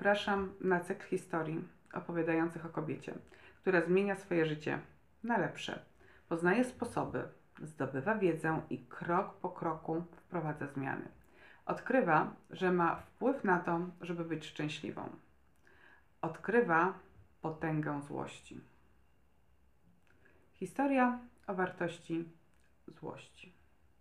Zapraszam na cykl historii opowiadających o kobiecie, która zmienia swoje życie na lepsze. Poznaje sposoby, zdobywa wiedzę i krok po kroku wprowadza zmiany. Odkrywa, że ma wpływ na to, żeby być szczęśliwą. Odkrywa potęgę złości. Historia o wartości złości.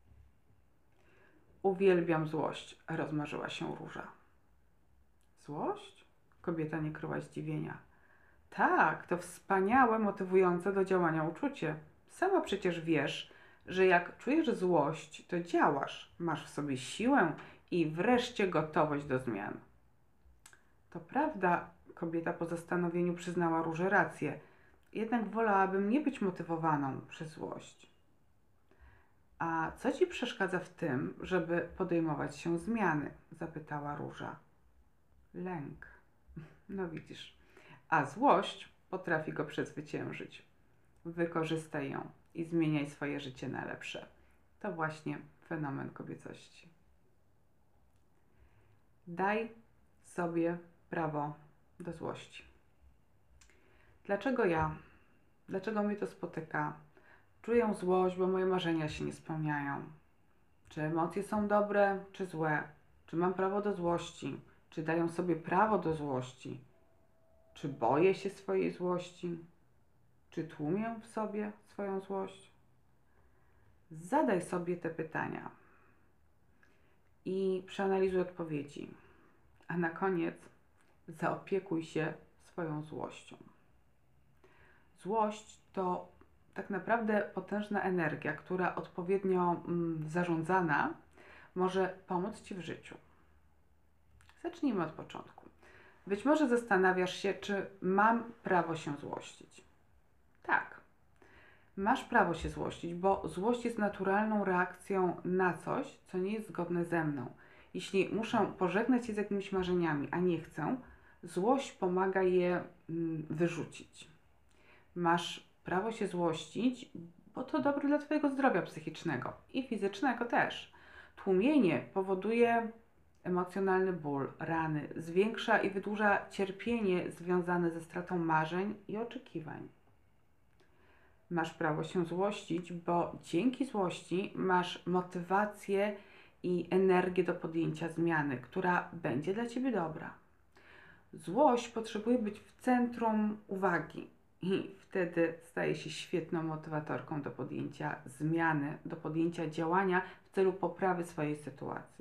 Uwielbiam złość, rozmarzyła się Róża. Złość? Kobieta nie kryła zdziwienia. Tak, to wspaniałe, motywujące do działania uczucie. Sama przecież wiesz, że jak czujesz złość, to działasz, masz w sobie siłę i wreszcie gotowość do zmian. To prawda, kobieta po zastanowieniu przyznała Róży rację, jednak wolałabym nie być motywowaną przez złość. A co ci przeszkadza w tym, żeby podejmować się zmiany? Zapytała Róża. Lęk. No widzisz. A złość potrafi go przezwyciężyć. Wykorzystaj ją i zmieniaj swoje życie na lepsze. To właśnie fenomen kobiecości. Daj sobie prawo do złości. Dlaczego ja? Dlaczego mnie to spotyka? Czuję złość, bo moje marzenia się nie spełniają. Czy emocje są dobre, czy złe? Czy mam prawo do złości? Czy daję sobie prawo do złości? Czy boję się swojej złości? Czy tłumię w sobie swoją złość? Zadaj sobie te pytania i przeanalizuj odpowiedzi. A na koniec zaopiekuj się swoją złością. Złość to tak naprawdę potężna energia, która odpowiednio zarządzana może pomóc Ci w życiu. Zacznijmy od początku. Być może zastanawiasz się, czy mam prawo się złościć. Tak, masz prawo się złościć, bo złość jest naturalną reakcją na coś, co nie jest zgodne ze mną. Jeśli muszę pożegnać się z jakimiś marzeniami, a nie chcę, złość pomaga je wyrzucić. Masz prawo się złościć, bo to dobre dla Twojego zdrowia psychicznego i fizycznego też. Tłumienie powoduje emocjonalny ból, rany, zwiększa i wydłuża cierpienie związane ze stratą marzeń i oczekiwań. Masz prawo się złościć, bo dzięki złości masz motywację i energię do podjęcia zmiany, która będzie dla Ciebie dobra. Złość potrzebuje być w centrum uwagi i wtedy staje się świetną motywatorką do podjęcia zmiany, do podjęcia działania w celu poprawy swojej sytuacji.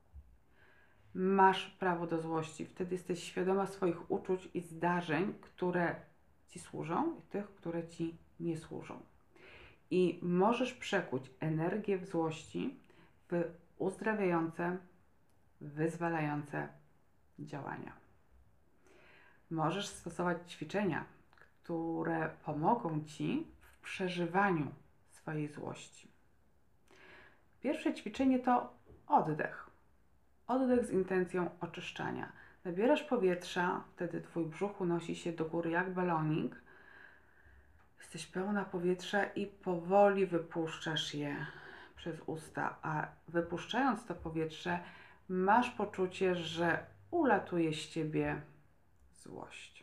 Masz prawo do złości, wtedy jesteś świadoma swoich uczuć i zdarzeń, które Ci służą i tych, które Ci nie służą. I możesz przekuć energię w złości w uzdrawiające, wyzwalające działania. Możesz stosować ćwiczenia, które pomogą Ci w przeżywaniu swojej złości. Pierwsze ćwiczenie to oddech. Oddech z intencją oczyszczania. Nabierasz powietrza, wtedy Twój brzuch unosi się do góry jak balonik. Jesteś pełna powietrza i powoli wypuszczasz je przez usta, a wypuszczając to powietrze masz poczucie, że ulatuje z Ciebie złość.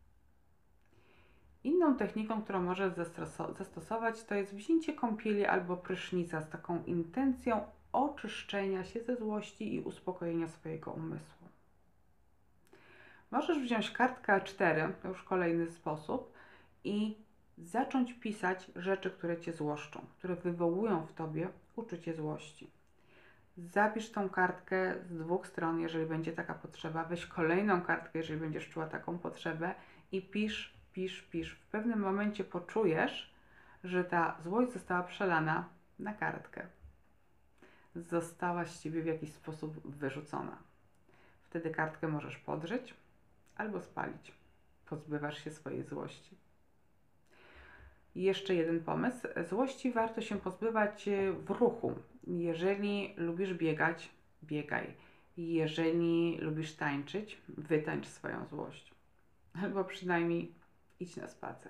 Inną techniką, którą możesz zastosować, to jest wzięcie kąpieli albo prysznica z taką intencją oczyszczenia się ze złości i uspokojenia swojego umysłu. Możesz wziąć kartkę A4, to już kolejny sposób, i zacząć pisać rzeczy, które Cię złoszczą, które wywołują w Tobie uczucie złości. Zapisz tą kartkę z dwóch stron, jeżeli będzie taka potrzeba. Weź kolejną kartkę, jeżeli będziesz czuła taką potrzebę i pisz. W pewnym momencie poczujesz, że ta złość została przelana na kartkę. Została z Ciebie w jakiś sposób wyrzucona. Wtedy kartkę możesz podrzeć albo spalić. Pozbywasz się swojej złości. I jeszcze jeden pomysł. Złości warto się pozbywać w ruchu. Jeżeli lubisz biegać, biegaj. Jeżeli lubisz tańczyć, wytańcz swoją złość. Albo przynajmniej idź na spacer.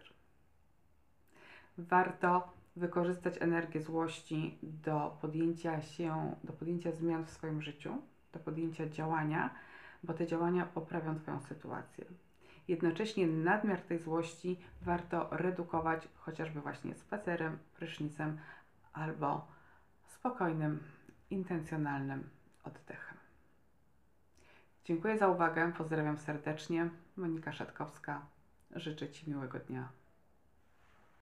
Warto wykorzystać energię złości do podjęcia zmian w swoim życiu, do podjęcia działania, bo te działania poprawią Twoją sytuację. Jednocześnie nadmiar tej złości warto redukować chociażby właśnie spacerem, prysznicem albo spokojnym, intencjonalnym oddechem. Dziękuję za uwagę, pozdrawiam serdecznie. Monika Szatkowska, życzę Ci miłego dnia.